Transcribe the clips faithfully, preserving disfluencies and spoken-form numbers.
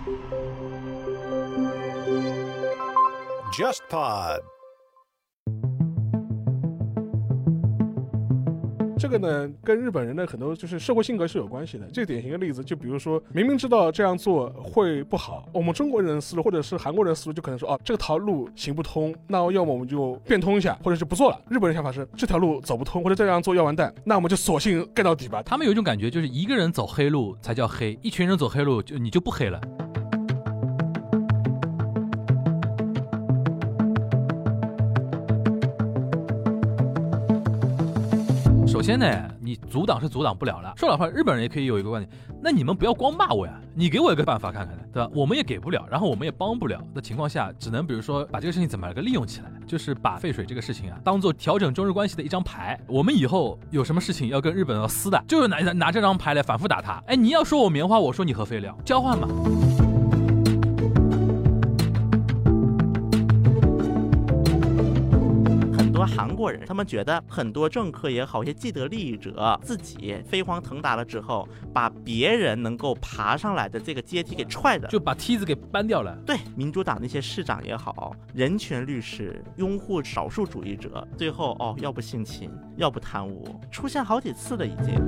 JustPod。 这个呢，跟日本人的很多就是社会性格是有关系的。最典型的例子，就比如说，明明知道这样做会不好，我们中国人的思路或者是韩国人的思路，就可能说，哦，这条路行不通，那要么我们就变通一下，或者是不做了。日本人想法是，这条路走不通，或者这样做要完蛋，那我们就索性干到底吧。 他们有一种感觉，就是一个人走黑路才叫黑，一群人走黑路就你就不黑了。首先呢，你阻挡是阻挡不了了。说老实话，日本人也可以有一个观点，那你们不要光骂我呀，你给我一个办法看看，对吧？我们也给不了，然后我们也帮不了的情况下，只能比如说把这个事情怎么个利用起来，就是把废水这个事情啊，当做调整中日关系的一张牌。我们以后有什么事情要跟日本要撕的，就是拿拿这张牌来反复打他。哎，你要说我棉花，我说你核废料，交换嘛。 韩国人他们觉得很多政客也好，一些既得利益者自己飞黄腾达了之后，把别人能够爬上来的这个阶梯给踹的， 就把梯子给搬掉了。 对，民主党那些市长也好，人权律师拥护少数主义者，最后哦，要不性侵，要不贪污，出现好几次了已经。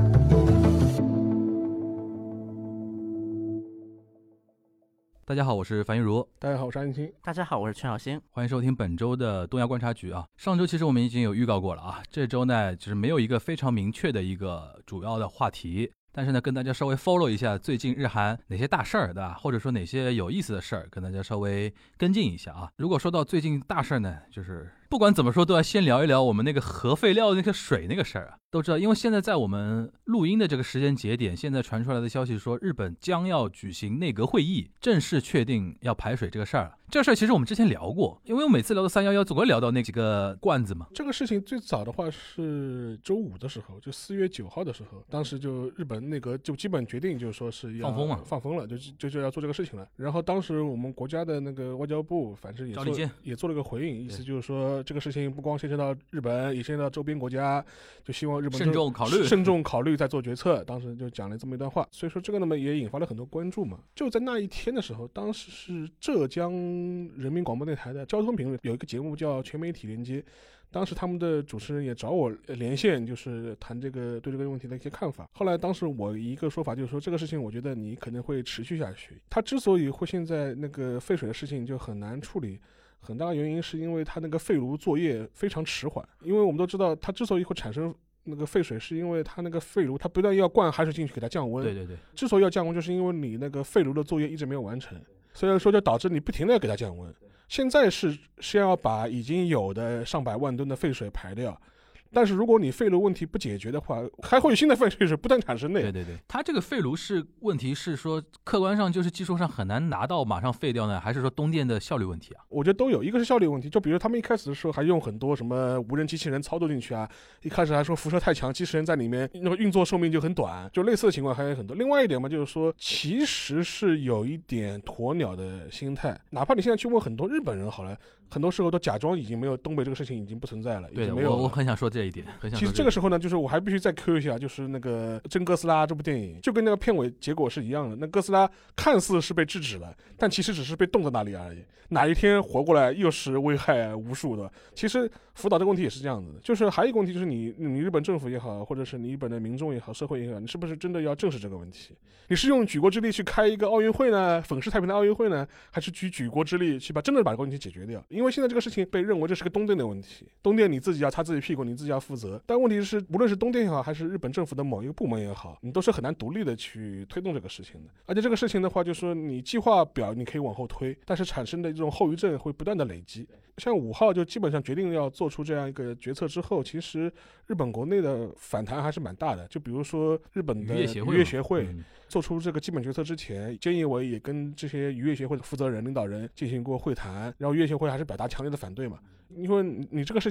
大家好，我是樊玉茹。 大家好，我是安青。 大家好，我是全小星。 欢迎收听本周的东亚观察局啊。上周其实我们已经有预告过了啊，这周呢就是没有一个非常明确的一个主要的话题，但是呢跟大家稍微 follow 一下最近日韩哪些大事儿，对吧？或者说哪些有意思的事儿，跟大家稍微跟进一下啊。如果说到最近大事儿呢，就是不管怎么说都要先聊一聊我们那个核废料那个水那个事儿啊。都知道，因为现在在我们录音的这个时间节点，现在传出来的消息说日本将要举行内阁会议，正式确定要排水这个事儿了。这个事儿其实我们之前聊过，因为我每次聊到三一一总会聊到那几个罐子嘛。 这个事情最早的话是周五的时候，就四月九号的时候，当时就日本内阁就基本决定，就是说是要放风嘛， 放风了，就就就要做这个事情了。然后当时我们国家的那个外交部，反正也做也做了个回应，意思就是说这个事情不光牵涉到日本，也牵涉到周边国家，就希望日本慎重考虑。 慎重考虑再做决策，当时就讲了这么一段话，所以说这个呢么也引发了很多关注嘛。就在那一天的时候，当时是浙江人民广播电台的交通频率有一个节目叫全媒体连接，当时他们的主持人也找我连线，就是谈这个对这个问题的一些看法。后来当时我一个说法就是说，这个事情我觉得你可能会持续下去，它之所以会现在那个废水的事情就很难处理，很大的原因是因为它那个废炉作业非常迟缓。因为我们都知道它之所以会产生那个废水，是因为它那个废炉它不断要灌海水进去给它降温。 对对对， 之所以要降温，就是因为你那个废炉的作业一直没有完成，所以说就导致你不停的要给它降温。现在是先要把已经有的上百万吨的废水排掉，但是如果你废炉问题不解决的话，还会有新的废水不断产生的。 对对对，它这个废炉是问题是说客观上就是技术上很难拿到马上废掉呢，还是说东电的效率问题啊？ 我觉得都有，一个是效率问题，就比如他们一开始的时候还用很多什么无人机器人操作进去啊，一开始还说辐射太强，机器人在里面那个运作寿命就很短，就类似的情况还有很多。另外一点嘛，就是说其实是有一点鸵鸟的心态，哪怕你现在去问很多日本人好了，很多时候都假装已经没有东北这个事情已经不存在了，已经没有了。 对，我我很想说这一点。 其实这个时候呢，就是我还必须再 Q 一下，就是那个真哥斯拉这部电影，就跟那个片尾结果是一样的。那哥斯拉看似是被制止了，但其实只是被冻在那里而已。哪一天活过来，又是危害无数的。其实福岛这个问题也是这样子的，就是还有一个问题就是你你日本政府也好，或者是你日本的民众也好，社会也好，你是不是真的要正视这个问题？你是用举国之力去开一个奥运会呢，粉饰太平的奥运会呢，还是举举国之力去把真的把这个问题解决掉？因为现在这个事情被认为这是个东电的问题，东电你自己要擦自己屁股，你自己要负责。但问题是，无论是东电也好，还是日本政府的某一个部门也好，你都是很难独立的去推动这个事情的。而且这个事情的话，就是说你计划表你可以往后推，但是产生的这种后遗症会不断的累积。像五号就基本上决定要做出这样一个决策之后，其实日本国内的反弹还是蛮大的。就比如说日本的渔业协会做出这个基本决策之前，菅义伟也跟这些渔业协会的负责人、领导人进行过会谈，然后渔业协会还是表达强烈的反对嘛。因为你这个事情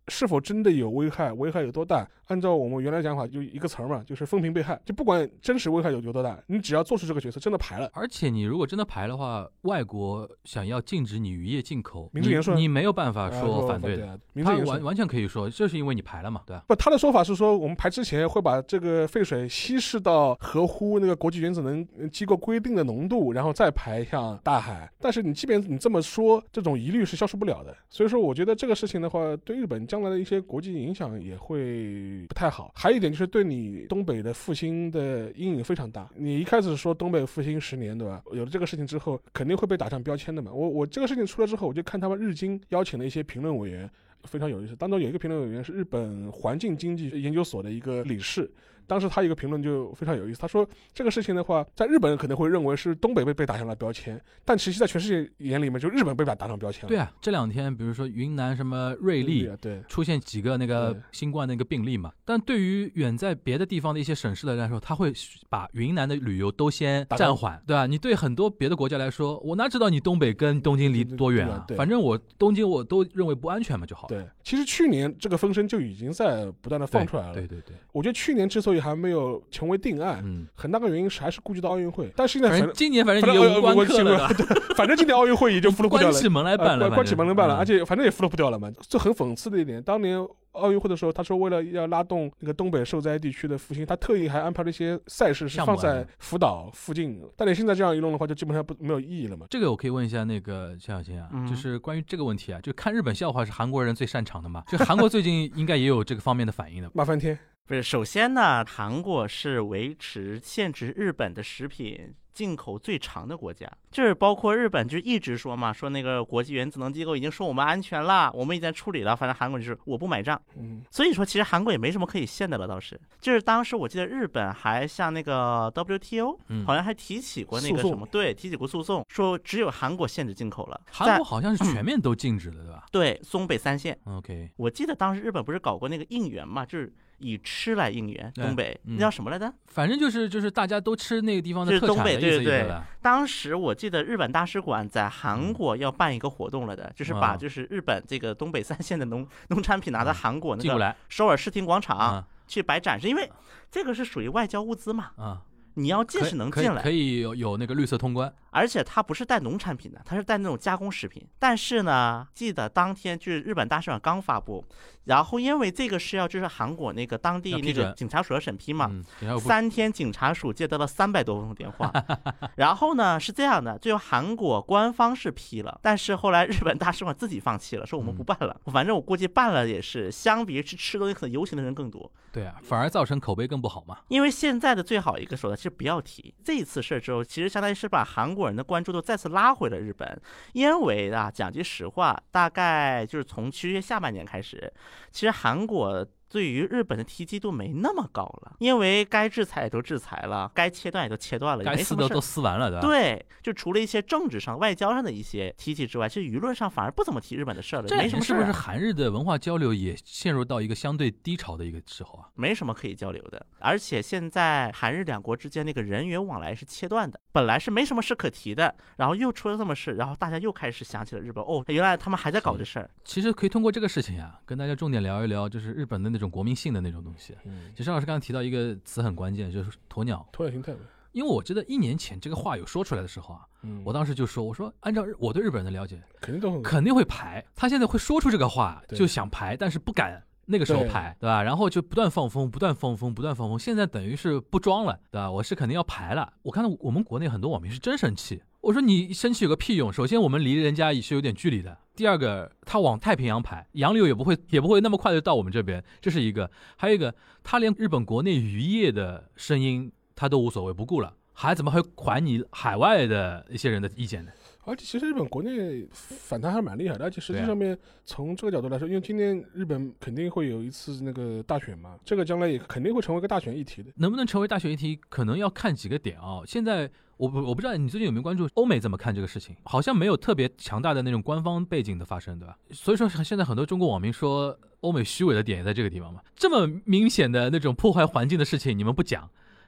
是否真的有危害，危害有多大？按照我们原来讲法，就一个词儿嘛，就是风评被害。就不管真实危害有有多大，你只要做出这个决策，真的排了。 而且你如果真的排的话，外国想要禁止你渔业进口， 名正言顺， 你你没有办法说反对的， 啊、名正言顺， 他完完全可以说，就是因为你排了嘛，对吧？ 不，他的说法是说，我们排之前会把这个废水稀释到合乎那个国际原子能机构规定的浓度，然后再排向大海。但是你即便你这么说，这种疑虑是消除不了的。所以说，我觉得这个事情的话，对日本将来的一些国际影响也会不太好。还有一点就是对你东北的复兴的阴影非常大。你一开始说东北复兴十年，对吧？有了这个事情之后，肯定会被打上标签的嘛。我我这个事情出来之后，我就看他们日经邀请了一些评论委员，非常有意思。当中有一个评论委员是日本环境经济研究所的一个理事。当时他一个评论就非常有意思，他说这个事情的话，在日本人可能会认为是东北被被打上了标签，但其实在全世界眼里面，就日本被打上标签了。 对啊，这两天比如说云南什么瑞丽， 对， 出现几个那个新冠那个病例嘛，但对于远在别的地方的一些省市的人来说，他会把云南的旅游都先暂缓，对吧？你对很多别的国家来说，我哪知道你东北跟东京离多远啊？反正我东京我都认为不安全嘛就好了。 对，其实去年这个风声就已经在不断的放出来了。 对对 对, 对， 我觉得去年之所以还没有成为定案，嗯，很大个原因是还是顾及到奥运会。但是呢， 反正今年反正也无关课了， 反正今年奥运会也就敷不掉了， 关起门来办了， 关起门来办了，而且反正也敷不掉了嘛。这很讽刺的一点，当年奥运会的时候，他说为了要拉动那个东北受灾地区的复兴，他特意还安排了一些赛事是放在福岛附近。但你现在这样一弄的话，就基本上不没有意义了嘛。 这个我可以问一下那个夏小新啊，嗯、就是关于这个问题啊，就看日本笑话是韩国人最擅长的嘛，就韩国最近应该也有这个方面的反应的。 骂翻天。 不是，首先呢，韩国是维持限制日本的食品进口最长的国家，就是包括日本就一直说嘛，说那个国际原子能机构已经说我们安全了，我们已经处理了，反正韩国就是我不买账。嗯，所以说其实韩国也没什么可以限的了，倒是就是当时我记得日本还向那个 W T O、嗯、好像还提起过那个什么，对，提起过诉讼，说只有韩国限制进口了， 韩国好像是全面都禁止了，对吧？ 对，松北三县。 OK， 我记得当时日本不是搞过那个应援嘛，就是以吃来应援东北，那叫什么来着？ 反正就是就是大家都吃那个地方的特产的意思， 对对对。当时我记得日本大使馆在韩国要办一个活动了的，就是把就是日本这个东北三县的农农产品拿到韩国那个首尔视听广场去摆展示，因为这个是属于外交物资嘛。啊。你要进是能进来， 可以, 可以有有那个绿色通关， 而且它不是带农产品的，它是带那种加工食品。但是呢，记得当天就是日本大使馆刚发布，然后因为这个是要就是韩国那个当地那个警察署的审批嘛，嗯、三天警察署接到了三百多通电话，然后呢是这样的，最后韩国官方是批了，但是后来日本大使馆自己放弃了，说我们不办了。嗯、反正我估计办了也是，相比去吃东西可能游行的人更多。 对啊，反而造成口碑更不好嘛。 因为现在的最好一个手段其实不要提这一次事之后，其实相当于是把韩国人的关注度再次拉回了日本。因为啊，讲句实话，大概就是从七月下半年开始，其实韩国对于日本的提及度没那么高了，因为该制裁也都制裁了，该切断也都切断了， 该撕的都撕完了，对吧？ 对，就除了一些政治上、外交上的一些提起之外，其实舆论上反而不怎么提日本的事了。 这没什么事、啊。 是不是韩日的文化交流也陷入到一个相对低潮的一个时候啊？ 没什么可以交流的，而且现在韩日两国之间那个人员往来是切断的，本来是没什么事可提的，然后又出了这么事，然后大家又开始想起了日本，哦，原来他们还在搞这事儿。 其实可以通过这个事情啊，跟大家重点聊一聊，就是日本的那种国民性的那种东西。嗯，其实老师刚刚提到一个词很关键，就是鸵鸟鸵鸟心态。 因为我记得一年前这个话有说出来的时候啊，嗯、我当时就说，我说按照我对日本人的了解， 肯定都肯定会排。他现在会说出这个话，就想排，但是不敢那个时候排， 对, 对吧？然后就不断放风，不断放风，不断放风。现在等于是不装了，对吧？我是肯定要排了。我看到我们国内很多网民是真生气。我说你生气有个屁用！首先我们离人家也是有点距离的。第二个，他往太平洋排，洋流也不会也不会那么快就到我们这边，这是一个。还有一个，他连日本国内渔业的声音他都无所谓不顾了，还怎么会管你海外的一些人的意见呢？ 而且其实日本国内反弹还蛮厉害的，而且实际上面从这个角度来说，因为今年日本肯定会有一次那个大选嘛，这个将来也肯定会成为一个大选议题的。 能不能成为大选议题，可能要看几个点啊、哦。现在我不我不知道你最近有没有关注欧美怎么看这个事情，好像没有特别强大的那种官方背景的发生，对吧？所以说现在很多中国网民说欧美虚伪的点也在这个地方嘛，这么明显的那种破坏环境的事情你们不讲。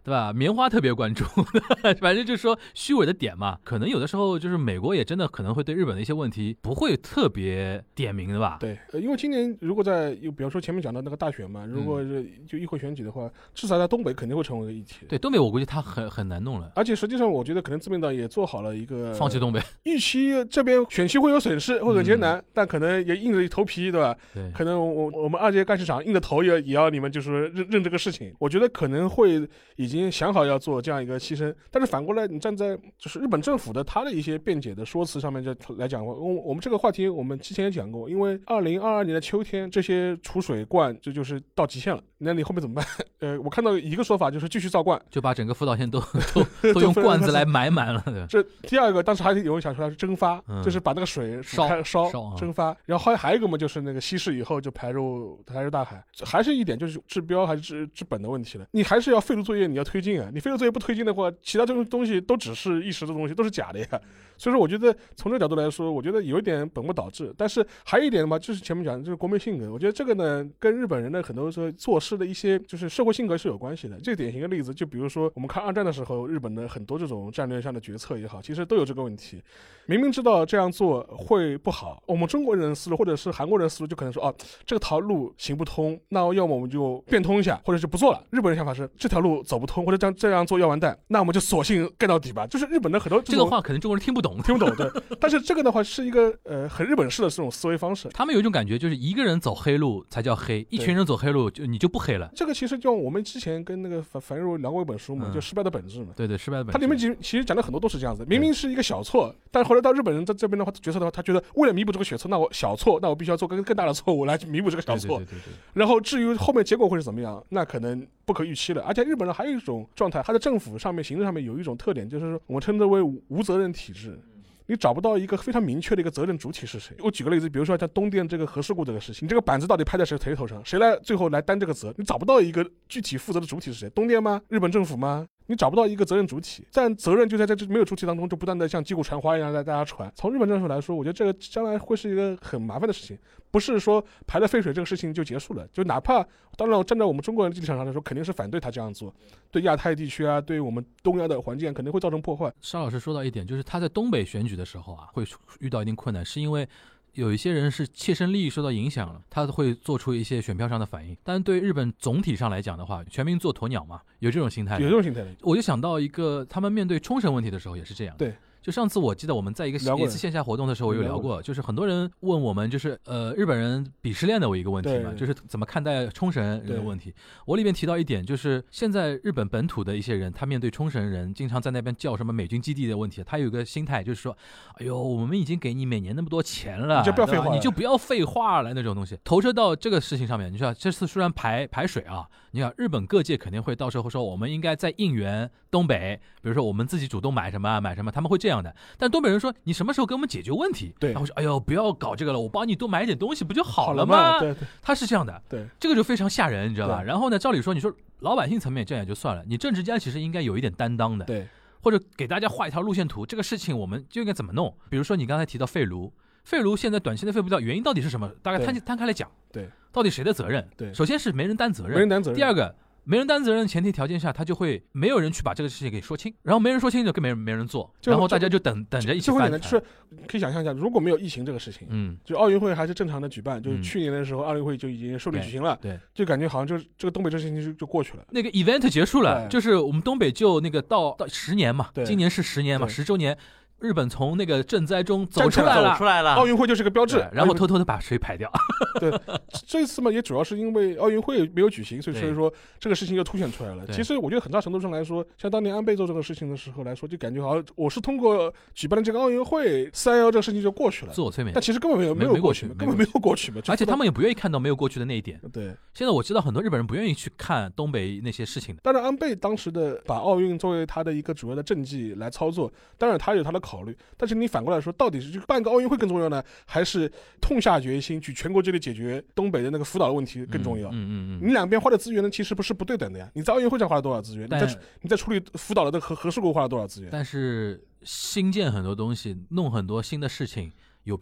对吧？棉花特别关注，反正就是说虚伪的点嘛。可能有的时候就是美国也真的可能会对日本的一些问题不会特别点名的吧？ 对，呃，因为今年如果在，比方说前面讲到那个大选嘛，如果是就议会选举的话，嗯、至少在东北肯定会成为一个议题。 对，东北我估计他很很难弄了。 而且实际上，我觉得可能自民党也做好了一个放弃东北， 预期这边选区会有损失，会很艰难，嗯、但可能也硬着头皮，对吧？ 对， 可能我我们二届干事长硬着头也也要你们就是认认这个事情。我觉得可能会已经想好要做这样一个牺牲，但是反过来，你站在就是日本政府的他的一些辩解的说辞上面就来讲，我我们这个话题我们之前也讲过，因为二零二二年的秋天这些储水罐这就是到极限了，那你后面怎么办？呃，我看到一个说法就是继续造罐， 就把整个福岛县都都都用罐子来埋满了。 这第二个，当时还有人想出来是蒸发，嗯、就是把那个水烧烧烧蒸发，然后还还有一个嘛，就是那个稀释以后就排入排入大海，还是一点就是治标还是治治本的问题了。你还是要废炉作业，你要推进啊，你废炉作业不推进的话，其他这种东西都只是一时的东西，都是假的呀。所以说，我觉得从这个角度来说，我觉得有一点本末倒置。但是还有一点嘛，就是前面讲就是国民性格，我觉得这个呢跟日本人的很多时候做事的一些就是社会性格是有关系的。最典型的例子，就比如说我们看二战的时候，日本的很多这种战略上的决策也好，其实都有这个问题。明明知道这样做会不好，我们中国人的思路或者是韩国人的思路就可能说，哦，这条路行不通，那要么我们就变通一下，或者是不做了。日本人想法是这条路走不通，或者这样这样做要完蛋，那我们就索性干到底吧。就是日本的很多 这, 这个话可能中国人听不懂。 听不懂，对。但是这个的话是一个呃很日本式的这种思维方式。 他们有一种感觉，就是一个人走黑路才叫黑，一群人走黑路就你就不黑了。 这个其实就我们之前跟那个樊樊如聊过一本书嘛，嗯、就《失败的本质》嘛。 对对，失败的本质。 它里面其实讲的很多都是这样子，明明是一个小错，但后来到日本人在这边的话，决策的话，他觉得为了弥补这个小错，那我小错，那我必须要做更更大的错误来弥补这个小错。 对对对对对。 然后至于后面结果会是怎么样，那可能不可预期了。而且日本人还有一种状态，他的政府上面、行政上面有一种特点，就是我们称之为无责任体制。你找不到一个非常明确的一个责任主体是谁。我举个例子，比如说像东电这个核事故这个事情，你这个板子到底拍在谁谁头上，谁来最后来担这个责？你找不到一个具体负责的主体是谁？东电吗？日本政府吗？你找不到一个责任主体，但责任就在这没有主体当中，就不断的像击鼓传花一样在大家传。从日本政府来说，我觉得这个将来会是一个很麻烦的事情，不是说排了废水这个事情就结束了。就哪怕当然站在我们中国人立场上来说，肯定是反对他这样做，对亚太地区啊，对我们东亚的环境肯定会造成破坏。 沙老师说到一点，就是他在东北选举的时候啊，会遇到一定困难，是因为有一些人是切身利益受到影响了，他会做出一些选票上的反应。但对日本总体上来讲的话，全民做鸵鸟嘛，有这种心态， 有这种心态。 我就想到一个，他们面对冲绳问题的时候也是这样。 对。 就上次我记得我们在一个一次线下活动的时候，我有聊过，就是很多人问我们，就是呃日本人鄙视链的一个问题嘛，就是怎么看待冲绳人的问题。我里面提到一点，就是现在日本本土的一些人，他面对冲绳人经常在那边叫什么美军基地的问题，他有一个心态就是说，哎呦，我们已经给你每年那么多钱了， 你就不要废话， 你就不要废话了那种东西。投射到这个事情上面，你说这次虽然排排水啊，你看日本各界肯定会到时候说，我们应该在应援东北，比如说我们自己主动买什么买什么，他们会这样的。但东北人说，你什么时候给我们解决问题？ 对， 然后说，哎呦，不要搞这个了，我帮你多买一点东西不就好了吗？ 好了嘛，对对， 他是这样的， 对， 这个就非常吓人，你知道吧？然后呢，照理说，你说老百姓层面这样也就算了，你政治家其实应该有一点担当的， 对， 或者给大家画一条路线图，这个事情我们就应该怎么弄？比如说你刚才提到废炉，废炉现在短期内废不掉，原因到底是什么？大概摊摊开来讲， 对， 到底谁的责任？ 对， 首先是没人担责任， 没人担责任。 第二个。没人担责任的前提条件下，他就会没有人去把这个事情给说清，然后没人说清就更没人没人做，然后大家就等等着一起翻盘。 就是可以想象一下，如果没有疫情这个事情，嗯，就奥运会还是正常的举办，就是去年的时候，奥运会就已经顺利举行了， 对， 就感觉好像就这个东北这事情就就过去了， 那个 event 结束了，就是我们东北就那个到到十年嘛，今年是十年嘛，十周年。日本从那个赈灾中走出来了， 走出来了， 奥运会就是个标志， 然后偷偷的把水排掉。 对，这次嘛也主要是因为奥运会没有举行，所以所以说这个事情就凸显出来了。其实我觉得很大程度上来说，像当年安倍做这个事情的时候来说，就感觉好像我是通过举办了这个奥运会，三幺这个事情就过去了， 自我催眠。 但其实根本没有没有过去，根本没有过去嘛。 而且他们也不愿意看到没有过去的那一点。 对， 现在我知道很多日本人不愿意去看东北那些事情的。 当然，安倍当时的把奥运作为他的一个主要的政绩来操作，当然他有他的考虑，但是你反过来说，到底是办个奥运会更重要呢，还是痛下决心去全国之力解决东北的那个福岛的问题更重要？嗯嗯嗯，你两边花的资源呢，其实不是不对等的呀。你在奥运会上花了多少资源？你在你在处理福岛的这个核核事故花了多少资源？ 但是新建很多东西，弄很多新的事情，有票。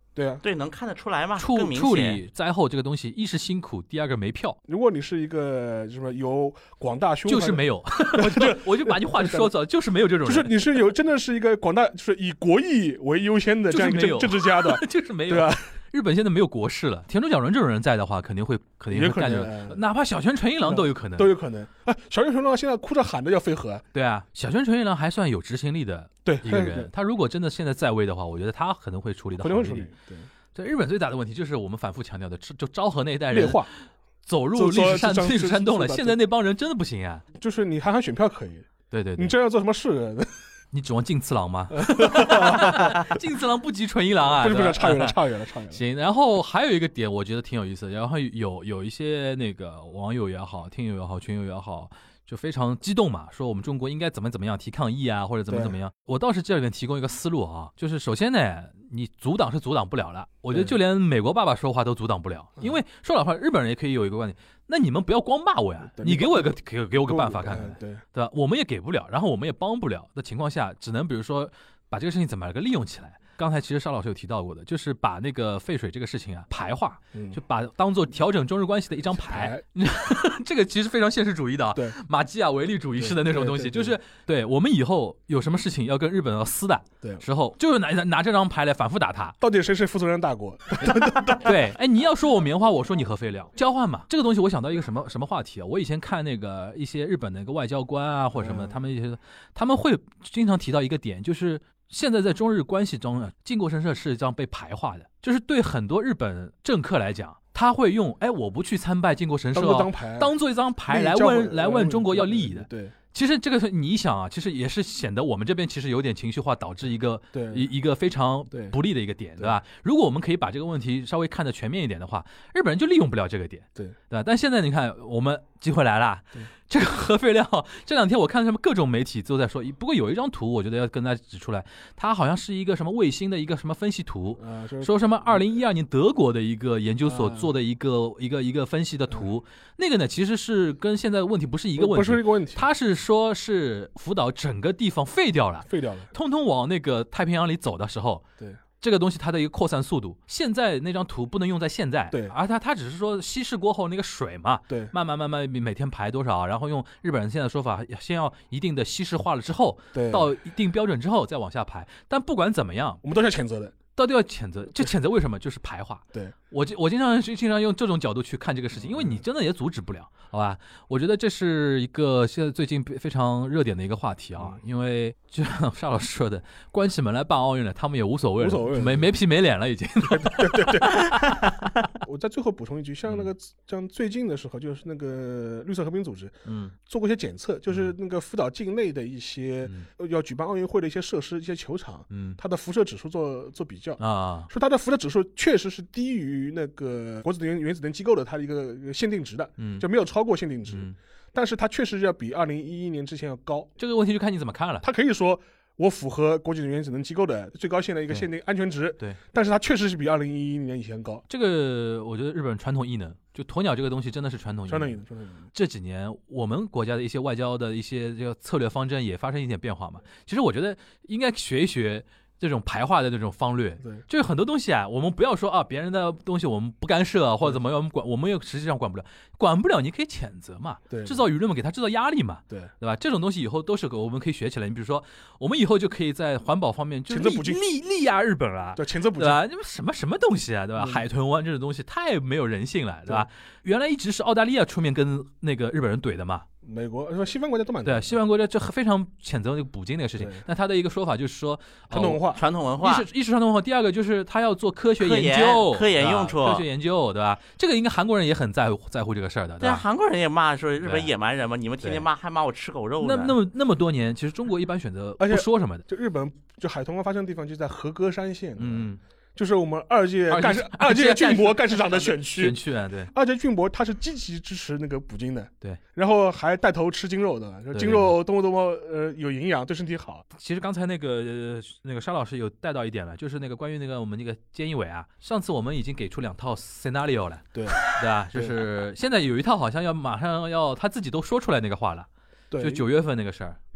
对啊， 对，能看得出来嘛。 处处理灾后这个东西，一是辛苦，第二个没票。 如果你是一个什么有广大胸怀， 就是没有，我就我就把你话说走，就是没有这种人， 就是你是有真的是一个广大，就是以国益为优先的这样一个政治家的， 就是没有， 对吧？ 日本现在没有国事了，田中角荣这种人在的话，肯定会肯定会干这个，哪怕小泉纯一郎都有可能， 都有可能。啊，小泉纯一郎现在哭着喊着要废核。 对啊，小泉纯一郎还算有执行力的一个人，他如果真的现在在位的话，我觉得他可能会处理的好一点。 对， 在日本最大的问题就是我们反复强调的，就昭和那一代人劣化， 走入历史山历史山洞了。现在那帮人真的不行啊！ 就是你喊喊选票可以， 对对对， 你这样做什么事？ 你指望近次郎吗？近次郎不及纯一郎啊！ 不是不是，差远了，差远了，差远了。 行，然后还有一个点，我觉得挺有意思的。然后有有一些那个网友也好，听友也好，群友也好，就非常激动嘛，说我们中国应该怎么怎么样提抗议啊，或者怎么怎么样。我倒是这里面提供一个思路啊，就是首先呢，你阻挡是阻挡不了了。我觉得就连美国爸爸说话都阻挡不了，因为说老话，日本人也可以有一个观点。那你们不要光骂我呀，你给我一个给给我个办法看看， 对对吧？我们也给不了，然后我们也帮不了的情况下，只能比如说把这个事情怎么个利用起来。刚才其实邵老师有提到过的，就是把那个废水这个事情啊排化，就把当做调整中日关系的一张牌，这个其实非常现实主义的， 对， 马基雅维利主义式的那种东西，就是对我们以后有什么事情要跟日本要撕的时候，就是拿拿这张牌来反复打他， 到底谁是负责任大国？ 对，哎，你要说我棉花，我说你核废料，交换嘛。这个东西我想到一个什么什么话题啊？我以前看那个一些日本的一个外交官啊或者什么，他们一些他们会经常提到一个点，就是。现在在中日关系中啊，靖国神社是这样被排化的，就是对很多日本政客来讲，他会用哎我不去参拜靖国神社、哦， 当牌当做一张牌来问来问中国要利益的。 对， 其实这个你一想啊，其实也是显得我们这边其实有点情绪化，导致一个一一个非常不利的一个点， 对, 对吧？如果我们可以把这个问题稍微看得全面一点的话，日本人就利用不了这个点， 对对吧？但现在你看，我们机会来了。这个核废料，这两天我看他们各种媒体都在说，不过有一张图，我觉得要跟大家指出来，它好像是一个什么卫星的一个什么分析图， 啊、 说什么二零一二年德国的一个研究所做的一个、啊、一个一个分析的图，啊、那个呢其实是跟现在的问题不是一个问题， 不是一个问题， 它是说是福岛整个地方废掉了， 废掉了， 通通往那个太平洋里走的时候， 对。 这个东西它的一个扩散速度，现在那张图不能用在现在， 对， 而它它只是说稀释过后那个水嘛， 对， 慢慢慢慢每天排多少，然后用日本人现在的说法，先要一定的稀释化了之后， 对， 到一定标准之后再往下排。但不管怎么样， 我们都是谴责的， 到底要谴责，就谴责为什么？就是排化。 对， 我我经常经常用这种角度去看这个事情，因为你真的也阻止不了，好吧？我觉得这是一个现在最近非常热点的一个话题啊，因为就像邵老师说的，关起门来办奥运了，他们也无所谓了， 无所谓了， 没没皮没脸了已经。 对对对对。我在最后补充一句，像那个像最近的时候，就是那个绿色和平组织，嗯，做过一些检测，就是那个福岛境内的一些、嗯、要举办奥运会的一些设施、一些球场，嗯，它的辐射指数做做比较啊，说它的辐射指数确实是低于那个国际原原子能机构的它的一个限定值的，嗯，就没有超过限定值，嗯、但是它确实要比二零一一年之前要高。 这个问题就看你怎么看了。 它可以说我符合国际原子能机构的最高线的一个限定安全值， 对， 但是它确实是比二零一一年以前高。 这个我觉得日本传统异能，就鸵鸟这个东西真的是传统异能。 传统异能，传统异能。 这几年我们国家的一些外交的一些这个策略方针也发生一点变化嘛。其实我觉得应该学一学这种排化的这种方略， 对， 就是很多东西啊，我们不要说啊，别人的东西我们不干涉或者怎么样，我们管，我们又实际上管不了，管不了你可以谴责嘛， 对， 制造舆论嘛，给他制造压力嘛， 对， 对吧？这种东西以后都是我们可以学起来。你比如说，我们以后就可以在环保方面就力力力压日本了， 对，谴责补对吧？你们什么什么东西啊，对吧？嗯、海豚湾这种东西太没有人性了，对吧？对，原来一直是澳大利亚出面跟那个日本人怼的嘛。 美国说西方国家都蛮对，西方国家就非常谴责那个捕鲸那个事情。那他的一个说法就是说， 传统文化， 传统文化， 一是一是传统文化，第二个就是他要做科学研究， 科研用处， 科学研究，对吧？这个应该韩国人也很在乎在乎这个事儿的，对吧？ 韩国人也骂说日本野蛮人嘛，你们天天骂还骂我吃狗肉呢。 那那么那么多年，其实中国一般选择不说什么的。 就日本，就海豚湾发生的地方就在和歌山县，嗯。就是我们二届干事二届俊博干事长的选区， 选区啊，对， 二届俊博他是积极支持那个捕鲸的， 对， 然后还带头吃鲸肉的，说鲸肉多么多么呃有营养，对身体好。 其实刚才那个、呃、那个沙老师有带到一点了，就是那个关于那个我们那个菅义伟啊，上次我们已经给出两套 scenario 了， 对对吧？就是现在有一套好像要马上要他自己都说出来那个话了。 对， 就九月份那个事儿，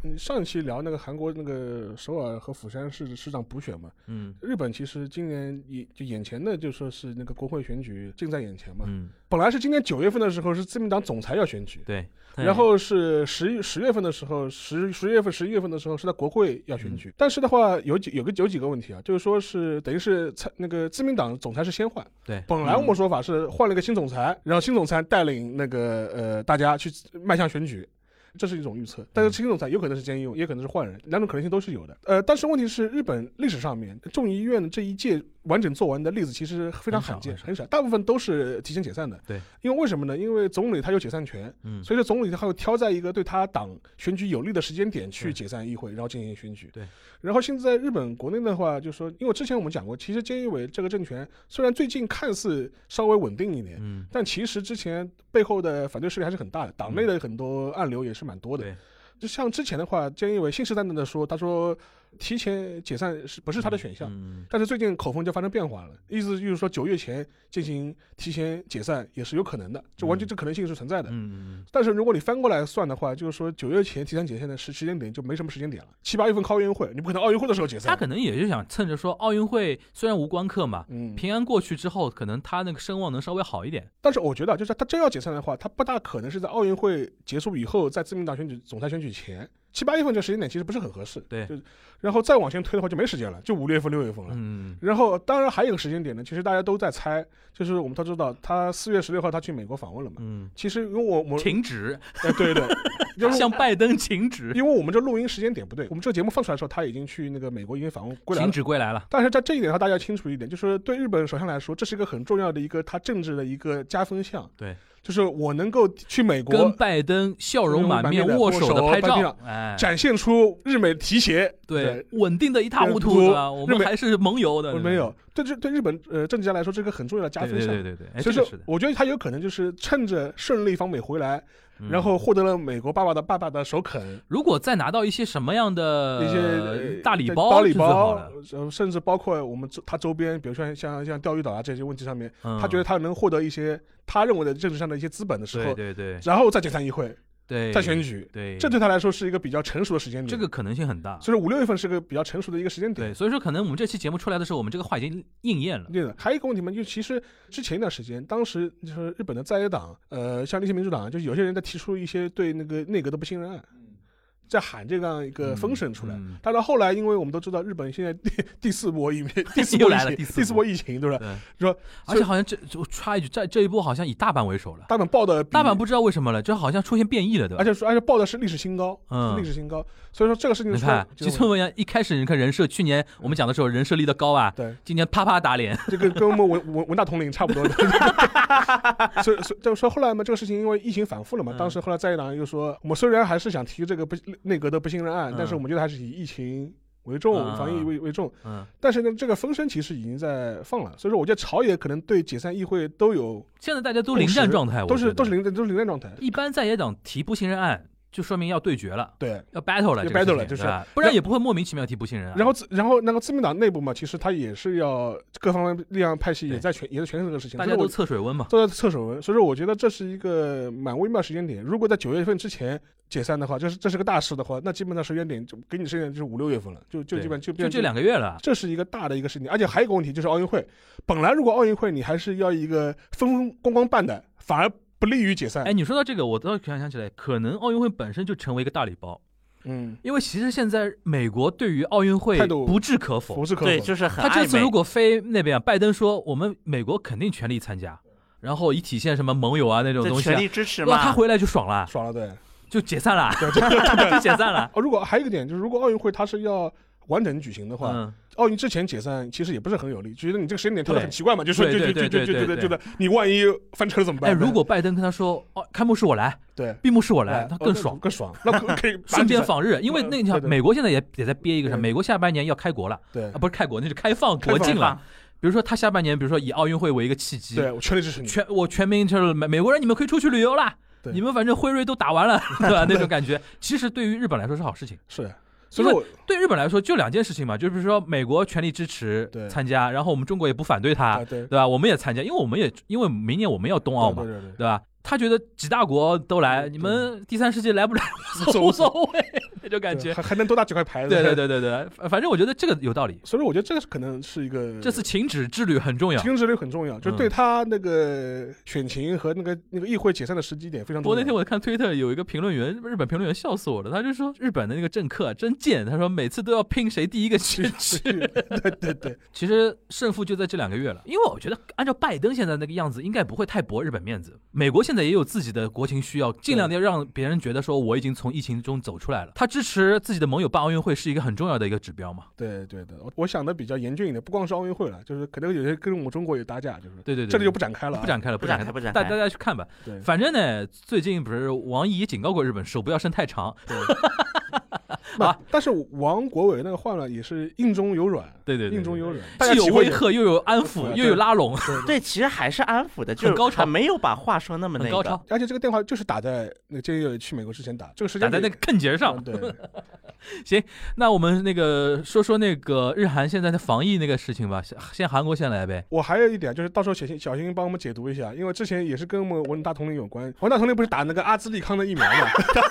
上一期聊那个韩国那个首尔和釜山市市长补选嘛，嗯，日本其实今年也就眼前的就说是那个国会选举近在眼前嘛，嗯，本来是今年九月份的时候是自民党总裁要选举， 对， 然后是十十月份的时候，十十月份十一月份的时候是在国会要选举，嗯、但是的话有几有个有几个问题啊，就是说是等于是那个自民党总裁是先换， 对， 本来我们说法是换了一个新总裁，然后新总裁带领那个呃大家去迈向选举。这是一种预测，但是新总裁有可能是菅义伟，也可能是换人，两种可能性都是有的。呃，但是问题是，日本历史上面众议院这一届完整做完的例子其实非常罕见，很少，很少，大部分都是提前解散的。 对， 因为为什么呢？因为总理他有解散权，嗯，所以说总理他会挑在一个对他党选举有利的时间点去解散议会，然后进行选举。 对。 然后现在日本国内的话，就是说，因为之前我们讲过，其实菅义伟这个政权虽然最近看似稍微稳定一点，嗯，但其实之前背后的反对势力还是很大的，党内的很多暗流也是蛮多的。 对。 就像之前的话，菅义伟信誓旦旦的说，他说提前解散是不是他的选项？嗯，但是最近口风就发生变化了，意思就是说九月前进行提前解散也是有可能的，就完全这可能性是存在的。嗯，但是如果你翻过来算的话，就是说九月前提前解散的时时间点就没什么时间点了，七八月份靠奥运会，你不可能奥运会的时候解散。 他可能也是想趁着说奥运会虽然无关课嘛，嗯，平安过去之后，可能他那个声望能稍微好一点。 但是我觉得，就是他真要解散的话，他不大可能是在奥运会结束以后，在自民党选举总裁选举前。七八月份这时间点其实不是很合适， 对， 就然后再往前推的话就没时间了，就五月份、六月份了。嗯，然后当然还有一个时间点呢，其实大家都在猜，就是我们都知道他四月十六号他去美国访问了嘛。嗯，其实因为我我请旨， 哎，对对， 就是向拜登请旨， 因为我们这录音时间点不对，我们这个节目放出来的时候他已经去那个美国已经访问归来了， 请旨归来了。 但是在这一点上大家要清楚一点，就是对日本首相来说，这是一个很重要的一个他政治的一个加分项。 对。 就是我能够去美国跟拜登笑容满面握手的拍照， 哎，展现出日美提携， 对，稳定的一塌糊涂的，我们还是盟友的。 没有，对这对日本呃政治家来说，这个很重要的加分项。 对对对对， 所以说我觉得他有可能就是趁着顺利访美回来。然后获得了美国爸爸的爸爸的首肯。 如果再拿到一些什么样的一些大礼包， 大礼包，甚至包括我们他周边，比如说像像钓鱼岛啊这些问题上面，嗯、他觉得他能获得一些他认为的政治上的一些资本的时候， 对对对， 然后再解散议会。 对， 再选举， 对， 这对他来说是一个比较成熟的时间点， 这个可能性很大。 所以说五六月份是个比较成熟的一个时间点。 对，所以说可能我们这期节目出来的时候，我们这个话已经应验了。 对的，还有一个问题嘛，就其实之前一段时间，当时就是日本的在野党，呃，像立宪民主党，就是有些人在提出一些对那个内阁的不信任案。在喊这样一个风声出来，嗯、但是后来，因为我们都知道日本现在第第四波疫第四波疫情，第四波疫情，对吧？对，说而且好像这我插一句，这这一波好像以大阪为首了， 大阪报的大阪不知道为什么了，就好像出现变异了，对吧？ 而且说而且报的是历史新高，嗯，历史新高。所以说这个事情， 你看，吉村文洋一开始你看人设，去年我们讲的时候人设立的高啊， 对， 今年啪啪打脸， 这个跟我们文文文大统领差不多的。所以所以就说后来嘛，这个事情因为疫情反复了嘛，当时后来在野党又说，我们虽然还是想提这个不内阁的不信任案，但是我们觉得还是以疫情为重，嗯、防疫为为重。嗯，但是呢，这个风声其实已经在放了，所以说我觉得朝野可能对解散议会都有， 现在大家都临战状态， 都是都是临都是临战状态。 一般在野党提不信任案，就说明要对决了， 对， 要 battle 了， 要 battle 了，就是， 不然也不会莫名其妙提不信任案。 然后，然后那个自民党内部嘛，其实他也是要各方面力量派系也在全也在全是这个事情， 大家都测水温嘛， 都在测水温。所以说，我觉得这是一个蛮微妙时间点。如果在九月份之前解散的话，这是这是个大事的话，那基本上时间点就给你时间点就是五六月份了，就就基本就就这两个月了。 这是一个大的一个事情，而且还有一个问题就是奥运会，本来如果奥运会你还是要一个风风光光办的，反而不利于解散。 哎，你说到这个，我倒想想起来，可能奥运会本身就成为一个大礼包。嗯，因为其实现在美国对于奥运会不置可否， 不置可否， 对，就是很他这次如果飞那边，拜登说我们美国肯定全力参加，然后以体现什么盟友啊那种东西、啊， 全力支持嘛， 他回来就爽了， 爽了，对， 就解散了， 对， 就解散了。 哦，如果还有一个点就是，如果奥运会它是要完整举行的话。嗯，奥运之前解散其实也不是很有利，觉得你这个时间点跳得很奇怪嘛，就说就就就就就就觉得你万一翻车了怎么办？ 哎，如果拜登跟他说哦，开幕式我来， 对， 闭幕式我来，他更爽更爽，那可以顺便访日，因为那条美国现在也也在憋一个啥，美国下半年要开国了， 对啊，不是开国，那是开放国境了。比如说他下半年，比如说以奥运会为一个契机， 对我全力支持你， 全我全民就是美美国人，你们可以出去旅游啦，你们反正辉瑞都打完了，对吧？那种感觉，其实对于日本来说是好事情， 是。 所以对日本来说就两件事情嘛，就是说美国全力支持参加，然后我们中国也不反对他，对, 对吧？我们也参加，因为我们也因为明年我们要冬奥嘛， 对, 对, 对, 对, 对吧？他觉得几大国都来，你们第三世界来不来无所谓， 那种感觉， 还还能多打几块牌子。 对对对对对，反正我觉得这个有道理。 所以我觉得这个可能是一个这次请旨之旅很重要， 请旨之旅很重要，就是对他那个选情和那个那个议会解散的时机点非常重要。 我那天我看推特有一个评论员，日本评论员笑死我了，他就说日本的那个政客真贱，他说每次都要拼谁第一个去去。 对对对， 其实胜负就在这两个月了，因为我觉得按照拜登现在那个样子，应该不会太驳日本面子。美国现在也有自己的国情需要，尽量的让别人觉得说我已经从疫情中走出来了。他支持自己的盟友办奥运会是一个很重要的一个指标嘛。 对对的，我想的比较严峻一点，不光是奥运会了，就是可能有些跟我们中国有搭架，就是对对对， 这里就不展开了， 不展开了， 不展开，不展开， 大大家去看吧。 对， 反正呢，最近不是王毅也警告过日本，手不要伸太长。 啊，但是王国伟那个换了也是硬中有软， 对对对， 硬中有软， 既有威吓又有安抚，又有拉拢。 对，其实还是安抚的，就是高潮， 没有把话说那么那个高潮。 而且这个电话就是打在那个建业去美国之前打，这个时间打在那个坑节上。 对， 行，那我们那个说说那个日韩现在的防疫那个事情吧，先韩国先来呗。 我还有一点就是到时候小新小新帮我们解读一下，因为之前也是跟我们文大统领有关，文大统领不是打那个阿兹利康的疫苗嘛？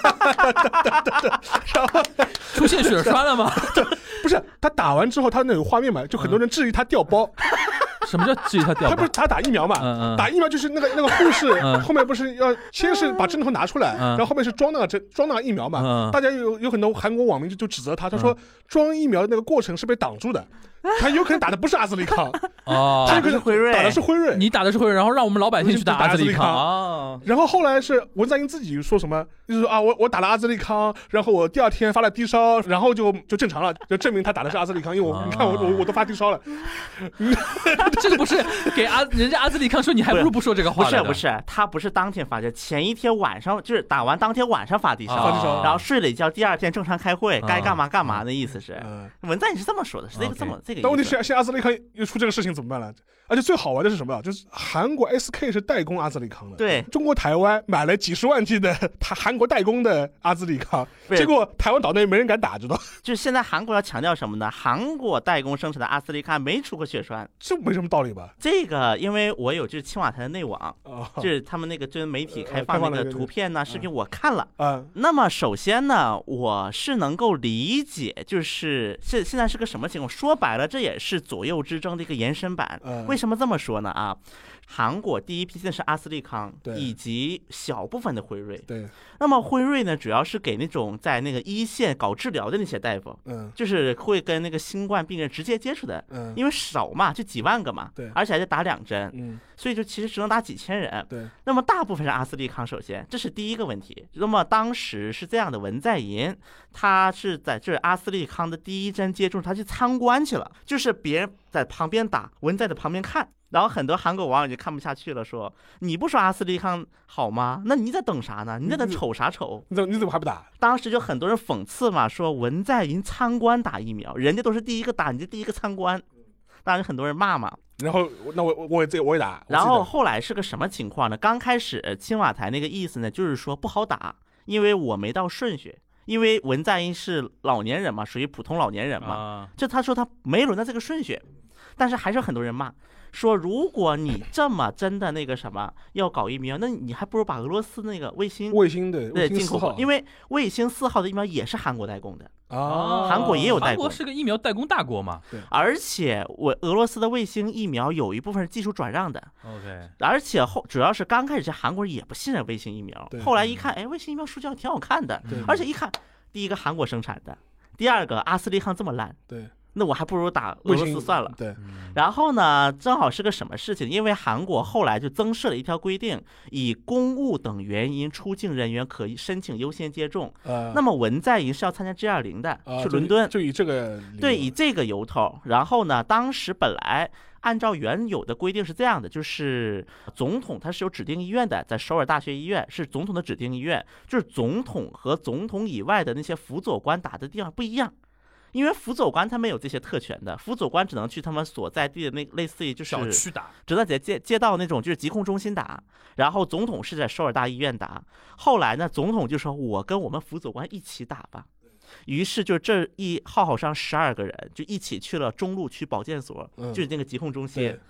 然后出现血栓了吗？ 不是，他打完之后他那有画面嘛，就很多人质疑他掉包。 什么叫质疑他掉包？ 他不是他打疫苗嘛？ 嗯嗯、 打疫苗就是那个那个护士、嗯、后面不是要先是把针头拿出来，嗯、然后后面是装那个针装那个疫苗嘛？嗯、大家有有很多韩国网民就就指责他，他说装疫苗的那个过程是被挡住的。他有可能打的不是阿兹利康哦， 他有可能辉瑞， 打的是辉瑞， 你打的是辉瑞，然后让我们老百姓去打阿兹利康啊。然后后来是文在寅自己说什么，就是说啊，我我打了阿兹利康，然后我第二天发了低烧，然后就就正常了，就证明他打的是阿兹利康，因为我、啊、你看我我我都发低烧了。 这个不是给阿人家阿兹利康说，你还不如不说这个话。 不是不是，他不是当天发，就前一天晚上，就是打完当天晚上发低烧， 啊、 然后睡了一觉，第二天正常开会，啊、该干嘛干嘛的意思是。啊、文在寅是这么说的，是这个这么这个意思。 但问题是，现在阿兹利康又出这个事情怎么办了？而且最好玩的是什么？就是韩国 S K 是代工阿兹利康的， 对， 中国台湾买了几十万剂的他韩国代工的阿兹利康，结果台湾岛内没人敢打，知道？ 就是现在韩国要强调什么呢？韩国代工生产的阿兹利康没出过血栓， 这没什么道理吧？ 这个因为我有就是青瓦台的内网，哦、就是他们那个就是媒体开放那个图片呢、呃、视频，我看了。 啊、 那么首先呢，我是能够理解，就是现现在是个什么情况？说白了，这也是左右之争的一个延伸版。 呃、 为什么这么说呢？啊，韩国第一批现在是阿斯利康以及小部分的辉瑞。 对。 那么辉瑞呢，主要是给那种在那个一线搞治疗的那些大夫， 嗯， 就是会跟那个新冠病人直接接触的， 嗯， 因为少嘛，就几万个嘛， 对， 而且还得打两针， 嗯， 所以就其实只能打几千人， 对。 那么大部分是阿斯利康，首先这是第一个问题。那么当时是这样的，文在寅他是在这阿斯利康的第一针接种，他去参观去了，就是别人在旁边打，文在的旁边看。然后很多韩国网友就看不下去了，说你不说阿斯利康好吗？那你在等啥呢？你在等瞅啥瞅？ 你怎么你怎么还不打？ 当时就很多人讽刺嘛，说文在寅参观打疫苗，人家都是第一个打，你就第一个参观，当然很多人骂嘛。 然后那我我我也我也打。 然后后来是个什么情况呢？刚开始青瓦台那个意思呢，就是说不好打，因为我没到顺序。因为文在寅是老年人嘛，属于普通老年人嘛，就他说他没轮到这个顺序，但是还是很多人骂。说如果你这么真的那个什么要搞疫苗，那你还不如把俄罗斯那个卫星卫星的对进口，因为卫星四号的疫苗也是韩国代工的啊， 韩国也有代工， 韩国是个疫苗代工大国嘛， 对， 而且我俄罗斯的卫星疫苗有一部分是技术转让的 ，OK， 而且后主要是刚开始韩国人也不信任卫星疫苗，后来一看，哎，卫星疫苗数据挺好看的，而且一看，第一个韩国生产的，第二个阿斯利康这么烂， 对。 那我还不如打俄罗斯算了。 对， 然后呢，正好是个什么事情？因为韩国后来就增设了一条规定，以公务等原因出境人员可以申请优先接种。 呃， 那么文在寅是要参加 G 二十 的， 呃、 去伦敦， 就, 就以这个对，以这个由头。然后呢，当时本来按照原有的规定是这样的，就是总统他是有指定医院的，在首尔大学医院是总统的指定医院，就是总统和总统以外的那些辅佐官打的地方不一样。因为辅佐官他没有这些特权的，辅佐官只能去他们所在地的那类似于就是小区打， 只能在街街道那种就是疾控中心打。然后总统是在首尔大医院打。后来呢，总统就说：“我跟我们辅佐官一起打吧。”于是就这一浩浩上十二个人就一起去了中路区保健所， 嗯、 就是那个疾控中心。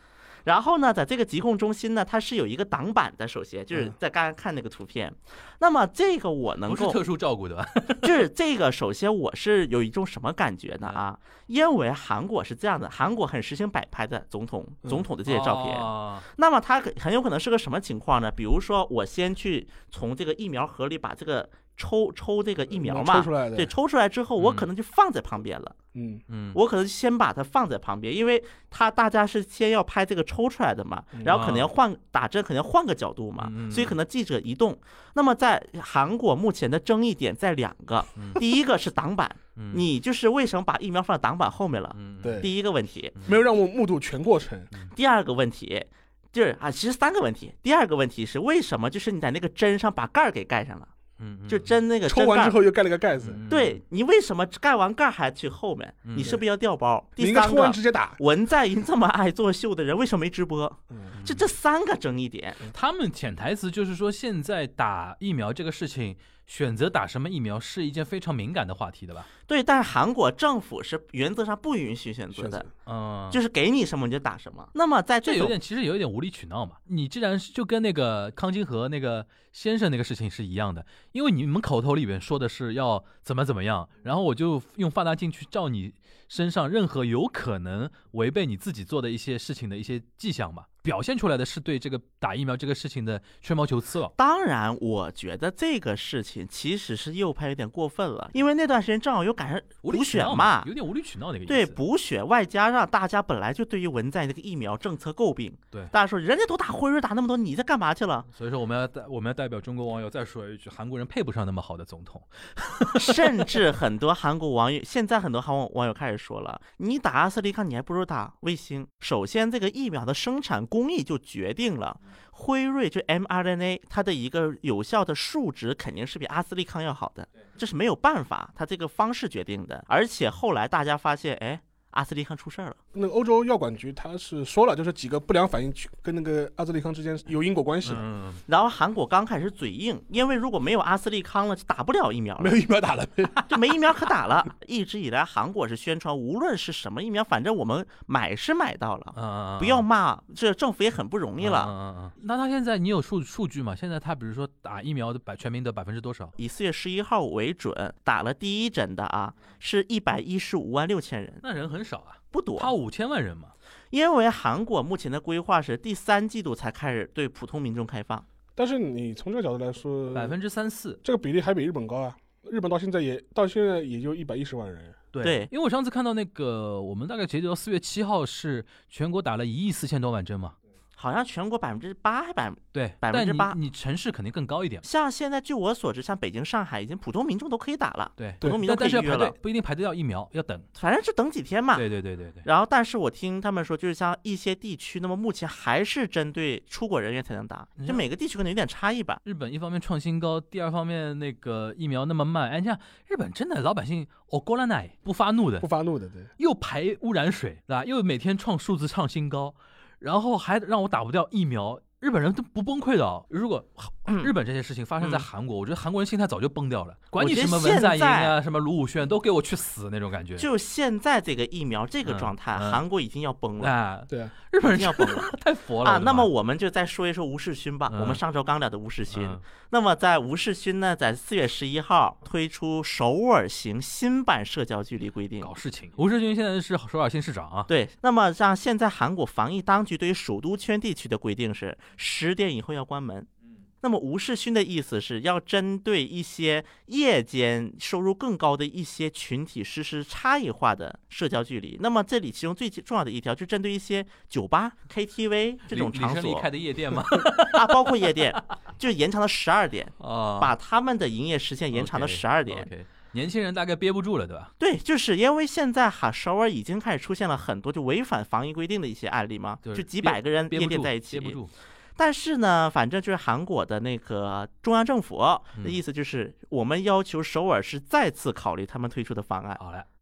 然后呢，在这个疾控中心呢，它是有一个挡板的，首先就是在刚刚看那个图片。嗯、那么这个我能够不是特殊照顾的吧？ 就是这个，首先我是有一种什么感觉呢啊？因为韩国是这样的，韩国很实行摆拍的总统总统的这些照片。 嗯哦、 那么它很有可能是个什么情况呢？比如说，我先去从这个疫苗盒里把这个。抽抽这个疫苗嘛， 抽出来的， 对，抽出来之后，我可能就放在旁边了。 嗯嗯， 我可能先把它放在旁边，因为它大家是先要拍这个抽出来的嘛，然后可能要换打针，可能要换个角度嘛， 嗯、 所以可能记者移动。那么在韩国目前的争议点在两个， 嗯、 第一个是挡板， 嗯、 你就是为什么把疫苗放在挡板后面了？ 嗯、 对， 第一个问题没有让我目睹全过程。 第二个问题就是啊，其实三个问题。第二个问题是为什么就是你在那个针上把盖儿给盖上了？ 嗯， 就针那个抽完之后又盖了个盖子， 对你为什么盖完盖还去后面？你是不是要调包？第三个， 抽完直接打。 文在寅这么爱作秀的人，为什么没直播？就这三个争议点， 他们潜台词就是说，现在打疫苗这个事情，选择打什么疫苗是一件非常敏感的话题的吧？ 对，但是韩国政府是原则上不允许选择的， 嗯， 就是给你什么你就打什么。那么在这有点，其实有一点无理取闹嘛。你既然就跟那个康金和那个先生那个事情是一样的，因为你们口头里边说的是要怎么怎么样，然后我就用放大镜去照你身上任何有可能违背你自己做的一些事情的一些迹象嘛。表现出来的是对这个打疫苗这个事情的吹毛求疵了。 当然，我觉得这个事情其实是右派有点过分了，因为那段时间正好又赶上补选嘛， 有点无理取闹那个意思。 对，补选外加上大家本来就对于文在寅这个疫苗政策诟病， 对， 大家说人家都打辉瑞打那么多，你在干嘛去了？ 所以说我们要代我们要代表中国网友再说一句，韩国人配不上那么好的总统。 甚至很多韩国网友，现在很多韩国网友开始说了，你打阿斯利康，你还不如打卫星。首先，这个疫苗的生产工艺就决定了，辉瑞就 M R N A 它的一个有效的数值肯定是比阿斯利康要好的，这是没有办法，它这个方式决定的。而且后来大家发现，哎，阿斯利康出事了。 那个欧洲药管局他是说了，就是几个不良反应跟那个阿斯利康之间有因果关系的。 嗯， 然后韩国刚开始嘴硬，因为如果没有阿斯利康了，就打不了疫苗了， 没有疫苗打了， 就没疫苗可打了。一直以来，韩国是宣传，无论是什么疫苗，反正我们买是买到了， 嗯、 不要骂，这政府也很不容易了。 嗯嗯嗯、那他现在你有数数据吗？现在他比如说打疫苗的百全民的百分之多少？ 以四月十一号为准，打了第一针的啊，是一百一十五万六千人， 那人很少啊。 不多， 他五千万人嘛。 因为韩国目前的规划是第三季度才开始对普通民众开放。 但是你从这个角度来说， 百分之三四， 这个比例还比日本高啊！日本到现在也到现在也就一百一十万人。 对， 对， 因为我上次看到那个，我们大概截止到四月七号是全国打了一亿四千多万针嘛。 好像全国百分之八还百对百分之八， 你城市肯定更高一点。 像现在据我所知，像北京、上海，已经普通民众都可以打了。 对， 普通民众可以预约了， 但是要排队，不一定排得到疫苗，要等。 反正就等几天嘛。 对对对对对。 然后，但是我听他们说，就是像一些地区，那么目前还是针对出国人员才能打，就每个地区可能有点差异吧。 日本一方面创新高，第二方面那个疫苗那么慢，哎，你像日本真的老百姓哦，过了奶不发怒的， 不发怒的，对， 又排污染水，对吧？又每天创数字创新高。然后还让我打不掉疫苗，日本人都不崩溃的、哦。如果日本这些事情发生在韩国，嗯、我觉得韩国人心态早就崩掉了。管你什么文在寅啊，什么卢武铉，都给我去死那种感觉。 就现在这个疫苗这个状态，嗯嗯、韩国已经要崩了。 啊， 对啊， 日本人已经要崩了， 太佛了啊！那么我们就再说一说吴世勋吧。嗯、我们上周刚聊的吴世勋。嗯、那么在吴世勋呢，在四月十一号推出首尔行新版社交距离规定， 搞事情。吴世勋现在是首尔新市长啊。 对。那么像现在韩国防疫当局对于首都圈地区的规定是十点以后要关门。那么吴世勋的意思是要针对一些夜间收入更高的一些群体实施差异化的社交距离。那么这里其中最重要的一条就针对一些酒吧、K T V 这种场所。 开的夜店吗？ 啊，包括夜店，就是延长到十二点， 哦、 把他们的营业时间延长到十二点。 Okay, okay. 年轻人大概憋不住了，对吧？ 对，就是因为现在哈首尔已经开始出现了很多就违反防疫规定的一些案例嘛，就几百个人夜店在一起。 憋不住。 但是呢，反正就是韩国的那个中央政府的意思就是，我们要求首尔市再次考虑他们推出的方案。 好嘞，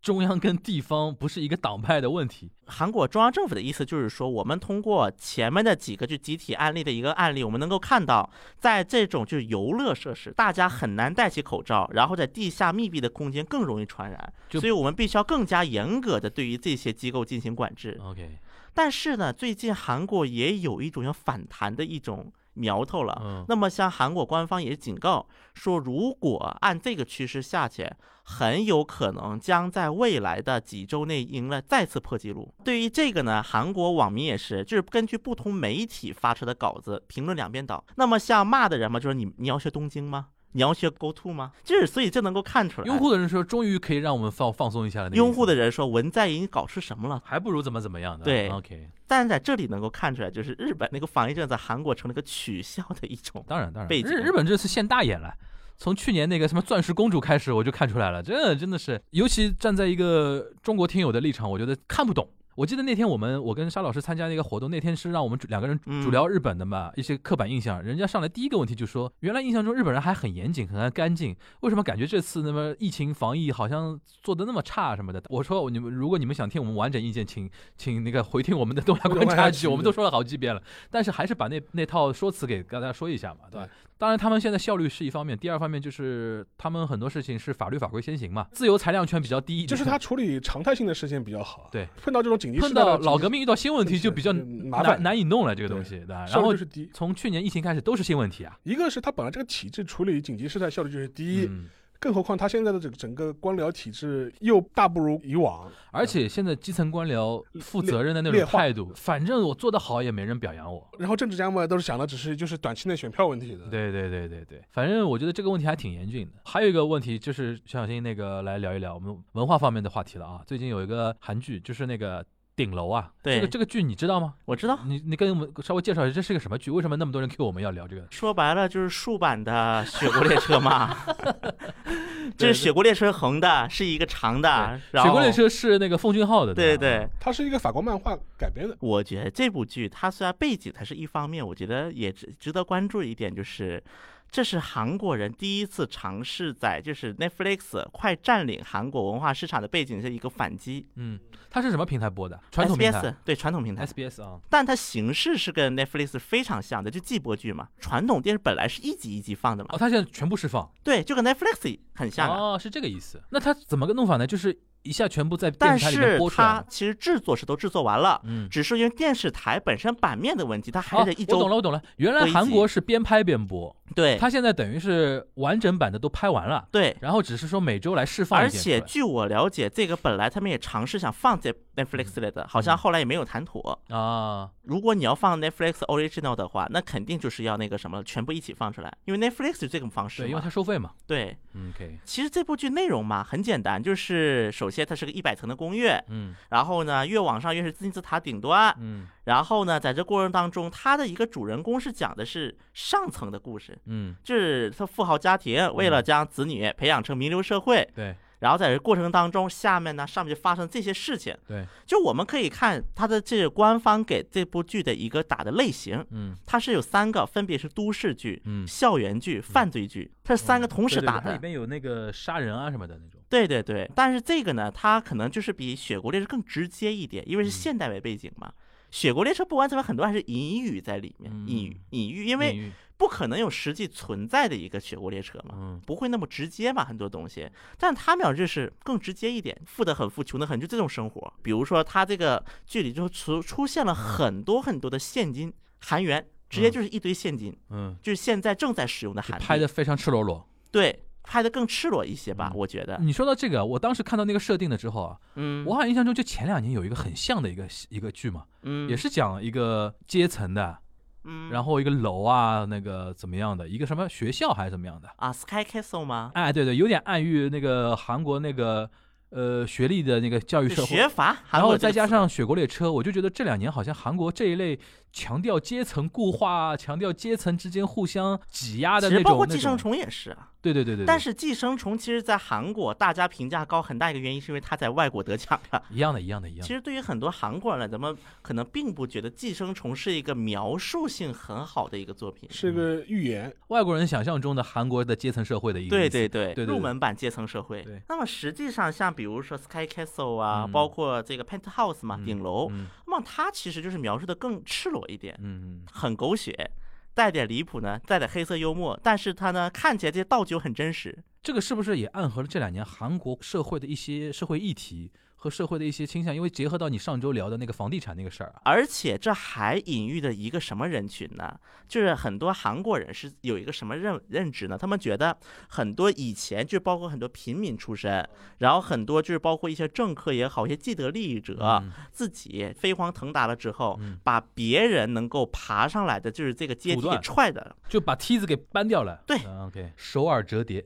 中央跟地方不是一个党派的问题。 韩国中央政府的意思就是说，我们通过前面的几个就集体案例的一个案例，我们能够看到，在这种就是游乐设施，大家很难戴起口罩，然后在地下密闭的空间更容易传染，所以我们必须要更加严格的对于这些机构进行管制。 OK， 但是呢，最近韩国也有一种要反弹的一种苗头了。嗯，那么像韩国官方也警告说，如果按这个趋势下去，很有可能将在未来的几周内迎来再次破纪录。对于这个呢，韩国网民也是，就是根据不同媒体发出的稿子评论两边倒。那么像骂的人嘛，就是你你要学东京吗？你要学 Go To 吗？就是所以这能够看出来。 拥护的人说，终于可以让我们放放松一下了。 拥护的人说，文在寅搞出什么了？ 还不如怎么怎么样的。 对 ，OK。 但是在这里能够看出来，就是日本那个防疫政策，韩国成了个取笑的一种。 当然当然， 背景日日本这次现大眼了。从去年那个什么钻石公主开始，我就看出来了，这真的是，尤其站在一个中国听友的立场，我觉得看不懂。我记得那天我们我跟沙老师参加那个活动，那天是让我们两个人主聊日本的嘛、嗯、一些刻板印象。人家上来第一个问题就说，原来印象中日本人还很严谨很干净，为什么感觉这次那么疫情防疫好像做的那么差什么的。我说你们如果你们想听我们完整意见，请请那个回听我们的东亚观察局，我们都说了好几遍了，但是还是把那那套说辞给大家说一下嘛，对吧？当然他们现在效率是一方面，第二方面就是他们很多事情是法律法规先行嘛，自由裁量权比较低一点， 就是他处理常态性的事情比较好。 对， 碰到这种紧急事， 碰到老革命遇到新问题就比较麻烦难以弄了这个东西，对吧？然后从去年疫情开始都是新问题啊。 一个是他本来这个体制处理紧急事态效率就是低。嗯，更何况他现在的整整个官僚体制又大不如以往， 而且现在基层官僚负责任的那种态度，反正我做得好也没人表扬我。 然后政治家们都是想的只是就是短期内选票问题的。 对对对对对，反正我觉得这个问题还挺严峻的。还有一个问题就是小新那个来聊一聊我们文化方面的话题了啊。最近有一个韩剧，就是那个顶楼啊， 对， 这个这个剧你知道吗？ 我知道。 你你跟我们稍微介绍一下，这是个什么剧？为什么那么多人 Q 我们要聊这个？ 说白了就是竖版的雪国列车嘛。这是雪国列车横的，是一个长的。 雪国列车是那个奉俊昊的， 对对对， 它是一个法国漫画改编的。 我觉得这部剧它虽然背景它是一方面，我觉得也值值得关注一点就是。这是韩国人第一次尝试在就是 Netflix 快占领韩国文化市场的背景是一个反击。 嗯，它是什么平台播的？传统平台。 S B S 对，传统平台 S B S 啊。 但它形式是跟 Netflix 非常像的，就季播剧嘛。传统电视本来是一集一集放的嘛。 哦，它现在全部释放。 对，就跟 Netflix 很像。 哦，是这个意思。那它怎么个弄法呢？就是一下全部在电视台里面播出来。 但是它其实制作是都制作完了，嗯，只是因为电视台本身版面的问题，它还是得一周、 哦。我懂了，我懂了。原来韩国是边拍边播。 对， 它现在等于是完整版的都拍完了， 对， 然后只是说每周来释放一点。 而且据我了解，这个本来他们也尝试想放在 Netflix 类的，嗯、好像后来也没有谈妥啊。 如果你要放 Netflix Original 的话，那肯定就是要那个什么，全部一起放出来，因为 Netflix 是这种方式嘛， 对，因为它收费嘛。 对 ，OK。 其实这部剧内容嘛很简单，就是首先它是个一百层的公寓，嗯，然后呢越往上越是金字塔顶端，嗯。然后呢，在这过程当中，他的一个主人公是讲的是上层的故事，嗯，就是他富豪家庭为了将子女培养成名流社会， 对， 然后在这过程当中，下面呢上面就发生这些事情， 对， 就我们可以看他的这个官方给这部剧的一个打的类型，嗯，它是有三个，分别是都市剧、嗯，校园剧、犯罪剧，它是三个同时打的， 嗯、对对对，它里面有那个杀人啊什么的那种， 对对对，但是这个呢，它可能就是比雪国列车更直接一点，因为是现代为背景嘛。嗯，雪国列车不完全很多还是隐语在里面，隐语隐喻，因为不可能有实际存在的一个雪国列车嘛，嗯、不会那么直接嘛，很多东西。但他们就是更直接一点，富得很富，穷得很，就这种生活。比如说他这个剧里就出出现了很多很多的现金韩元，直接就是一堆现金，嗯，就是现在正在使用的韩币， 拍得非常赤裸裸， 对。拍得更赤裸一些吧，嗯、我觉得。 你说到这个，我当时看到那个设定了之后啊，嗯，我好像印象中就前两年有一个很像的一个一个剧嘛，嗯，也是讲一个阶层的，嗯，然后一个楼啊，那个怎么样的，一个什么学校还是怎么样的啊 ，Sky Castle 吗？ 哎，对对，有点暗喻那个韩国那个呃学历的那个教育社会学阀， 然后再加上雪国列车，我就觉得这两年好像韩国这一类强调阶层固化，强调阶层之间互相挤压的那种。 其实包括寄生虫也是啊。 对对对 对, 对。 但是寄生虫其实在韩国大家评价高，很大一个原因是因为它在外国得奖了。 一样的，一样的，一样的。 其实对于很多韩国人来，咱们可能并不觉得寄生虫是一个描述性很好的一个作品， 是个寓言。 嗯、外国人想象中的韩国的阶层社会的一个对对 对, 对, 对, 对入门版阶层社会。 对。 那么实际上像比如说 Sky Castle 啊、嗯，包括这个 Penthouse 嘛，顶、嗯、楼、嗯，那么它其实就是描述的更赤裸一点，嗯，很狗血。带点离谱呢，带点黑色幽默，但是它呢看起来这些道具很真实。 这个是不是也暗合了这两年韩国社会的一些社会议题和社会的一些倾向？因为结合到你上周聊的那个房地产那个事儿啊。 而且这还隐喻的一个什么人群呢？就是很多韩国人是有一个什么认认知呢？他们觉得很多以前就包括很多平民出身，然后很多就是包括一些政客也好，一些既得利益者、嗯、自己飞黄腾达了之后、嗯，把别人能够爬上来的就是这个阶梯给踹的， 就把梯子给搬掉了。 对、 嗯、，OK， 首尔折叠。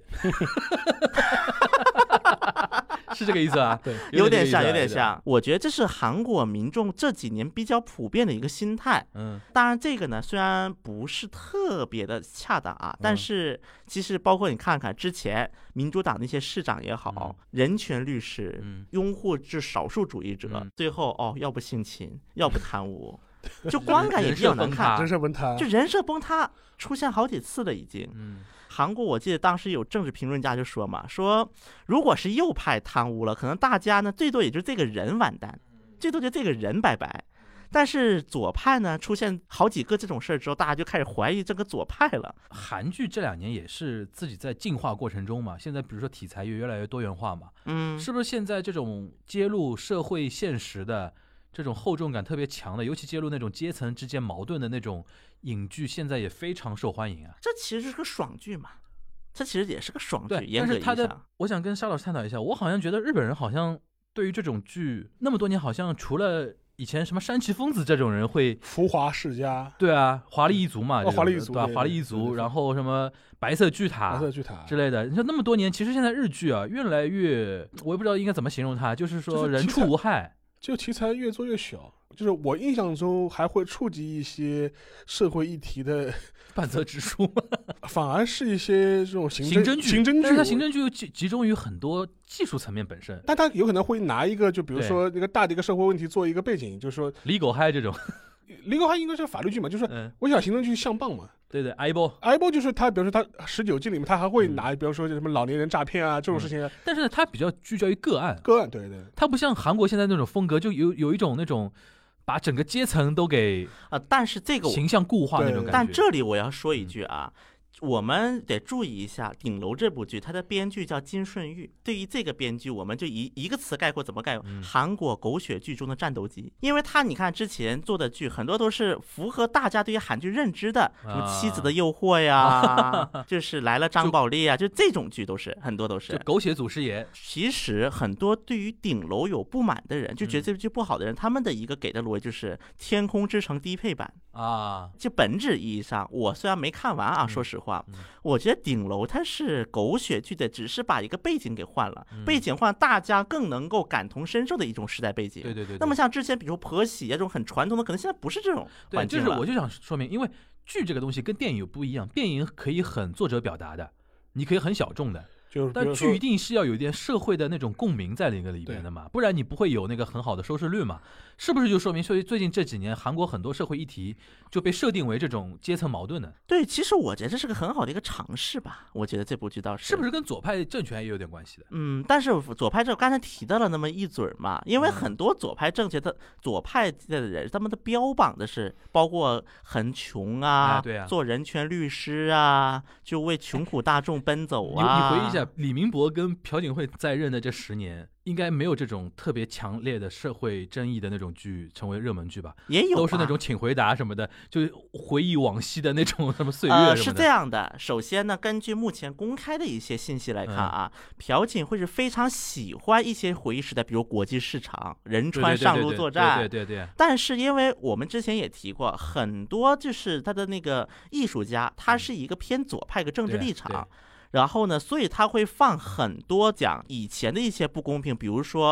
是这个意思啊？ 对，有点像，有点像。我觉得这是韩国民众这几年比较普遍的一个心态。嗯，当然这个呢，虽然不是特别的恰当啊，但是其实包括你看看之前民主党那些市长也好，嗯、人权律师、嗯、拥护制少数主义者，嗯、最后哦，要不性侵，要不贪污。就观感也比较难看， 人设崩塌， 就人设崩塌出现好几次了已经。嗯，韩国我记得当时有政治评论家就说嘛，说如果是右派贪污了，可能大家呢最多也就这个人完蛋，最多就这个人拜拜。但是左派呢出现好几个这种事儿之后，大家就开始怀疑这个左派了。 韩剧这两年也是自己在进化过程中嘛，现在比如说题材也越来越多元化嘛，嗯，是不是现在这种揭露社会现实的这种厚重感特别强的，尤其揭露那种阶层之间矛盾的那种影剧，现在也非常受欢迎啊。 这其实是个爽剧嘛，这其实也是个爽剧。 对，但是他的，我想跟沙老师探讨一下，我好像觉得日本人好像对于这种剧那么多年，好像除了以前什么山崎丰子这种人会浮华世家， 对啊，华丽一族嘛， 哦、华丽一族对吧？华丽一族，然后什么白色巨塔、 白色巨塔之类的。你说那么多年，其实现在日剧啊，越来越，我也不知道应该怎么形容它，就是说人畜无害。 就题材越做越小，就是我印象中还会触及一些社会议题的半泽直树， 反而是一些这种行政剧， 行政剧， 但是它行政剧又集集中于很多技术层面本身， 但它有可能会拿一个，就比如说那个大的一个社会问题做一个背景，就是说 legal high 这种 ，legal high 应该是法律剧嘛，就是我想行政剧相棒嘛。 对对 ，I B O I B O 就是他，比如说他十九季里面，他还会拿，嗯、比如说什么老年人诈骗啊这种事情、啊嗯。但是呢，他比较聚焦于个案， 个案，对对。 他不像韩国现在那种风格，就有有一种那种把整个阶层都给啊、呃，但是这个形象固化那种感觉。 但这里我要说一句啊。嗯，我们得注意一下《顶楼》这部剧，它的编剧叫金顺玉。对于这个编剧，我们就一一个词概括，怎么概括？嗯、韩国狗血剧中的战斗机。因为他你看之前做的剧，很多都是符合大家对于韩剧认知的，什么《妻子的诱惑》呀，啊、就是来了张宝莉啊，就这种剧都是很多都是就狗血祖师爷。 其实很多对于《顶楼》有不满的人，就觉得这部剧不好的人，嗯、他们的一个给的逻辑就是《天空之城》低配版啊。就本质意义上，我虽然没看完啊，说实话。嗯，我觉得顶楼它是狗血剧的，只是把一个背景给换了，嗯、背景换大家更能够感同身受的一种时代背景。 对对 对, 对。 那么像之前比如说婆媳啊这种很传统的，可能现在不是这种环境了。 对，就是我就想说明，因为剧这个东西跟电影有不一样，电影可以很作者表达的，你可以很小众的。但剧一定是要有一点社会的那种共鸣在那个里边的嘛，不然你不会有那个很好的收视率嘛，是不是就说明所以最近这几年韩国很多社会议题就被设定为这种阶层矛盾呢？ 对，其实我觉得这是个很好的一个尝试吧，我觉得这部剧倒是是不是跟左派政权也有点关系的？ 嗯，但是左派这刚才提到了那么一嘴嘛，因为很多左派政权的左派的人，他们的标榜的是包括很穷啊， 哎、对啊， 做人权律师啊，就为穷苦大众奔走啊。 你, 你回忆一下，李明博跟朴槿惠在任的这十年，应该没有这种特别强烈的社会争议的那种剧成为热门剧吧？ 也有， 都是那种请回答什么的，就回忆往昔的那种什么岁月什么的。 呃，是这样的。首先呢，根据目前公开的一些信息来看啊，嗯、朴槿惠是非常喜欢一些回忆时代，比如国际市场、仁川上路作战。 对对 对, 对, 对, 对, 对, 对。 但是因为我们之前也提过，很多就是他的那个艺术家，他是一个偏左派的政治立场。然后呢，所以他会放很多讲以前的一些不公平，比如说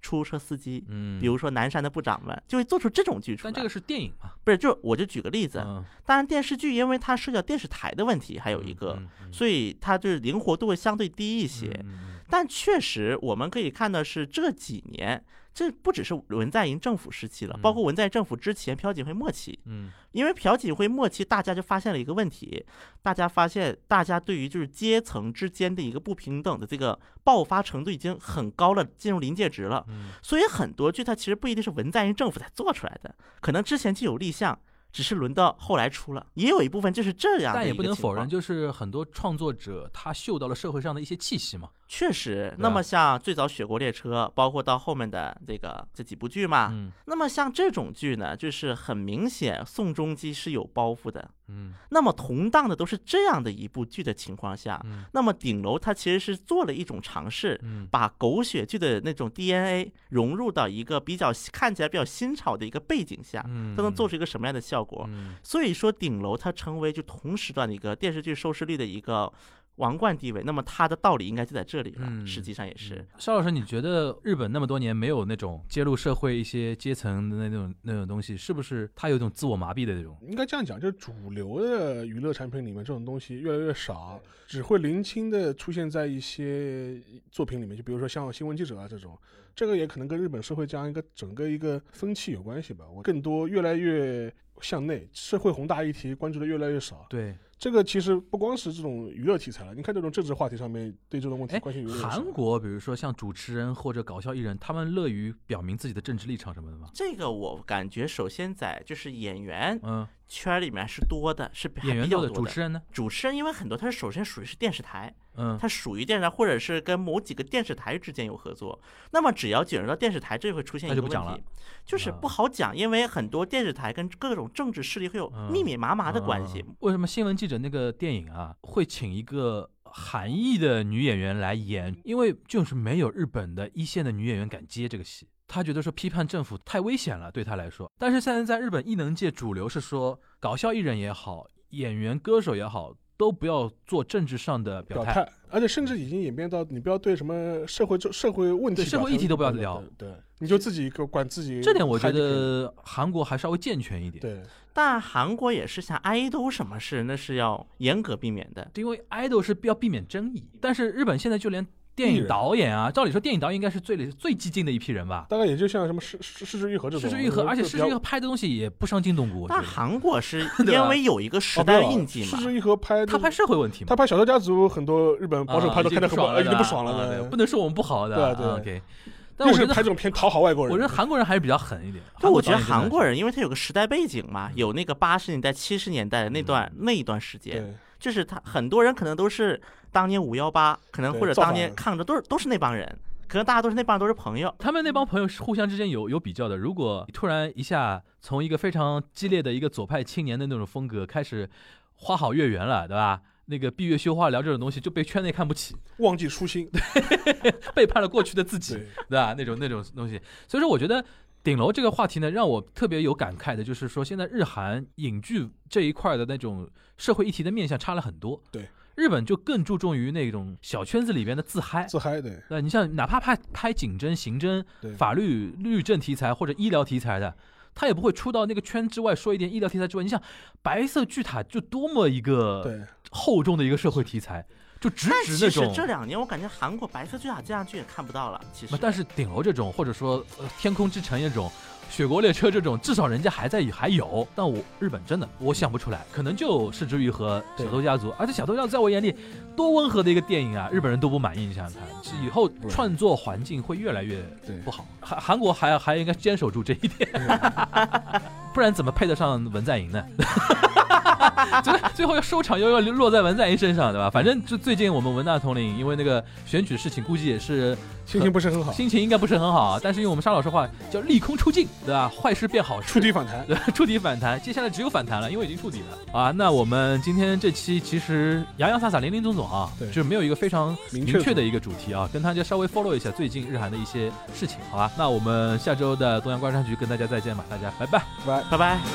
出租车司机， 嗯， 比如说南山的部长们，就会做出这种剧出来。 但这个是电影嘛？ 不是，就我就举个例子， 嗯、 当然电视剧因为它涉及到电视台的问题，还有一个， 嗯嗯嗯、 所以它就是灵活度会相对低一些。 嗯嗯、 但确实我们可以看到是这几年。这不只是文在寅政府时期了，包括文在寅政府之前朴槿惠末期， 嗯， 因为朴槿惠末期，大家就发现了一个问题，大家发现大家对于就是阶层之间的一个不平等的这个爆发程度已经很高了，进入临界值了， 嗯， 所以很多剧它其实不一定是文在寅政府才做出来的，可能之前就有立项。只是轮到后来出了，也有一部分就是这样的。 但也不能否认，就是很多创作者他嗅到了社会上的一些气息嘛。 确实，那么像最早《雪国列车》，包括到后面的这个这几部剧嘛， 嗯， 那么像这种剧呢，就是很明显宋仲基是有包袱的， 嗯。 那么同档的都是这样的一部剧的情况下， 嗯， 那么顶楼它其实是做了一种尝试， 嗯， 把狗血剧的那种 D N A 融入到一个比较看起来比较新潮的一个背景下， 嗯， 它能做出一个什么样的效果？ 嗯， 所以说顶楼它成为就同时段的一个电视剧收视率的一个王冠地位，那么它的道理应该就在这里了。嗯、实际上也是。 邵老师，你觉得日本那么多年没有那种揭露社会一些阶层的那种那种东西，是不是它有一种自我麻痹的那种？ 应该这样讲，就是主流的娱乐产品里面这种东西越来越少，只会零星的出现在一些作品里面，就比如说像新闻记者啊这种。这个也可能跟日本社会这样一个整个一个风气有关系吧。我更多越来越向内，社会宏大议题关注的越来越少。 对。 这个其实不光是这种娱乐题材了，你看这种政治话题上面对这种问题关心越来越少。 韩国比如说像主持人或者搞笑艺人，他们乐于表明自己的政治立场什么的吗？ 这个我感觉首先在就是演员嗯圈里面是多的，是演员多的。 比较多的。 主持人呢？ 主持人因为很多他是首先属于是电视台， 嗯， 他属于电视台或者是跟某几个电视台之间有合作。那么只要进入到电视台，这就会出现一个问题， 就, 就是不好讲，因为很多电视台跟各种政治势力会有密密麻麻的关系。 嗯嗯、为什么新闻记者那个电影啊会请一个韩裔的女演员来演？因为就是没有日本的一线的女演员敢接这个戏。他觉得说批判政府太危险了，对他来说。但是现在在日本艺能界主流是说，搞笑艺人也好，演员歌手也好，都不要做政治上的表态， 表态而且甚至已经演变到你不要对什么社会社会问题、 社会议题都不要聊， 对，对你就自己管自己。 这点我觉得韩国还稍微健全一点。 对， 但韩国也是像爱豆什么事，那是要严格避免的， 因为爱豆是要避免争议。但是日本现在就连电影导演啊，照理说电影导演应该是最最激进的一批人吧？ 大概也就像什么失失之愈合这种。 失之愈合，而且失之愈合拍的东西也不伤筋动骨。 但韩国是因为有一个时代印记嘛。 失之愈合拍他拍社会问题嘛？ 他拍《小偷家族》，很多日本保守派都看得很不已经不爽了的，不能说我们不好的。 对对。 OK。但我觉得拍这种片讨好外国人。 我觉得韩国人还是比较狠一点。 对，我觉得韩国人因为他有个时代背景嘛，有那个八十年代、七十年代的那段那一段时间。就是他很多人可能都是当年五幺八，可能或者当年抗着都是都是那帮人，可能大家都是那帮都是朋友。 他们那帮朋友互相之间有有比较的。如果突然一下从一个非常激烈的一个左派青年的那种风格开始花好月圆了，对吧？那个闭月羞花聊这种东西就被圈内看不起， 忘记初心， 背叛了过去的自己， 对, 对吧？那种那种东西。所以说，我觉得。顶楼这个话题呢，让我特别有感慨的，就是说现在日韩影剧这一块的那种社会议题的面向差了很多。 对， 日本就更注重于那种小圈子里边的自嗨， 自嗨对。 对，你像哪怕拍拍警侦、刑侦、法律、律政题材或者医疗题材的，他也不会出到那个圈之外说一点医疗题材之外。你像白色巨塔就多么一个厚重的一个社会题材。就直指那种， 但其实这两年我感觉韩国白色巨塔这样剧也看不到了。其实， 但是顶楼这种，或者说、呃、天空之城这种，雪国列车这种，至少人家还在还有。但我日本真的我想不出来，可能就失之愈合、小偷家族，而且小偷家族在我眼里多温和的一个电影啊，日本人都不满意。你想想看，以后创作环境会越来越不好。韩韩国还还应该坚守住这一点，不然怎么配得上文在寅呢？最最后要收场又要落在文在寅身上，对吧？反正就最近我们文大统领因为那个选举事情，估计也是心情不是很好， 心情应该不是很好。但是用我们沙老师话叫利空出尽，对吧？坏事变好事， 触底反弹， 对，触底反弹。接下来只有反弹了，因为已经触底了啊。那我们今天这期其实洋洋洒洒、林林总总啊，对，就是没有一个非常明确的一个主题啊，跟大家稍微 follow 一下最近日韩的一些事情，好吧？那我们下周的东阳观察局跟大家再见吧，大家拜拜， 拜拜拜。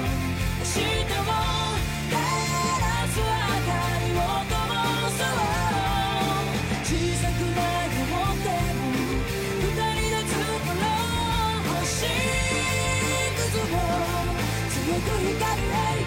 明日も照らす明かりを灯すわ光って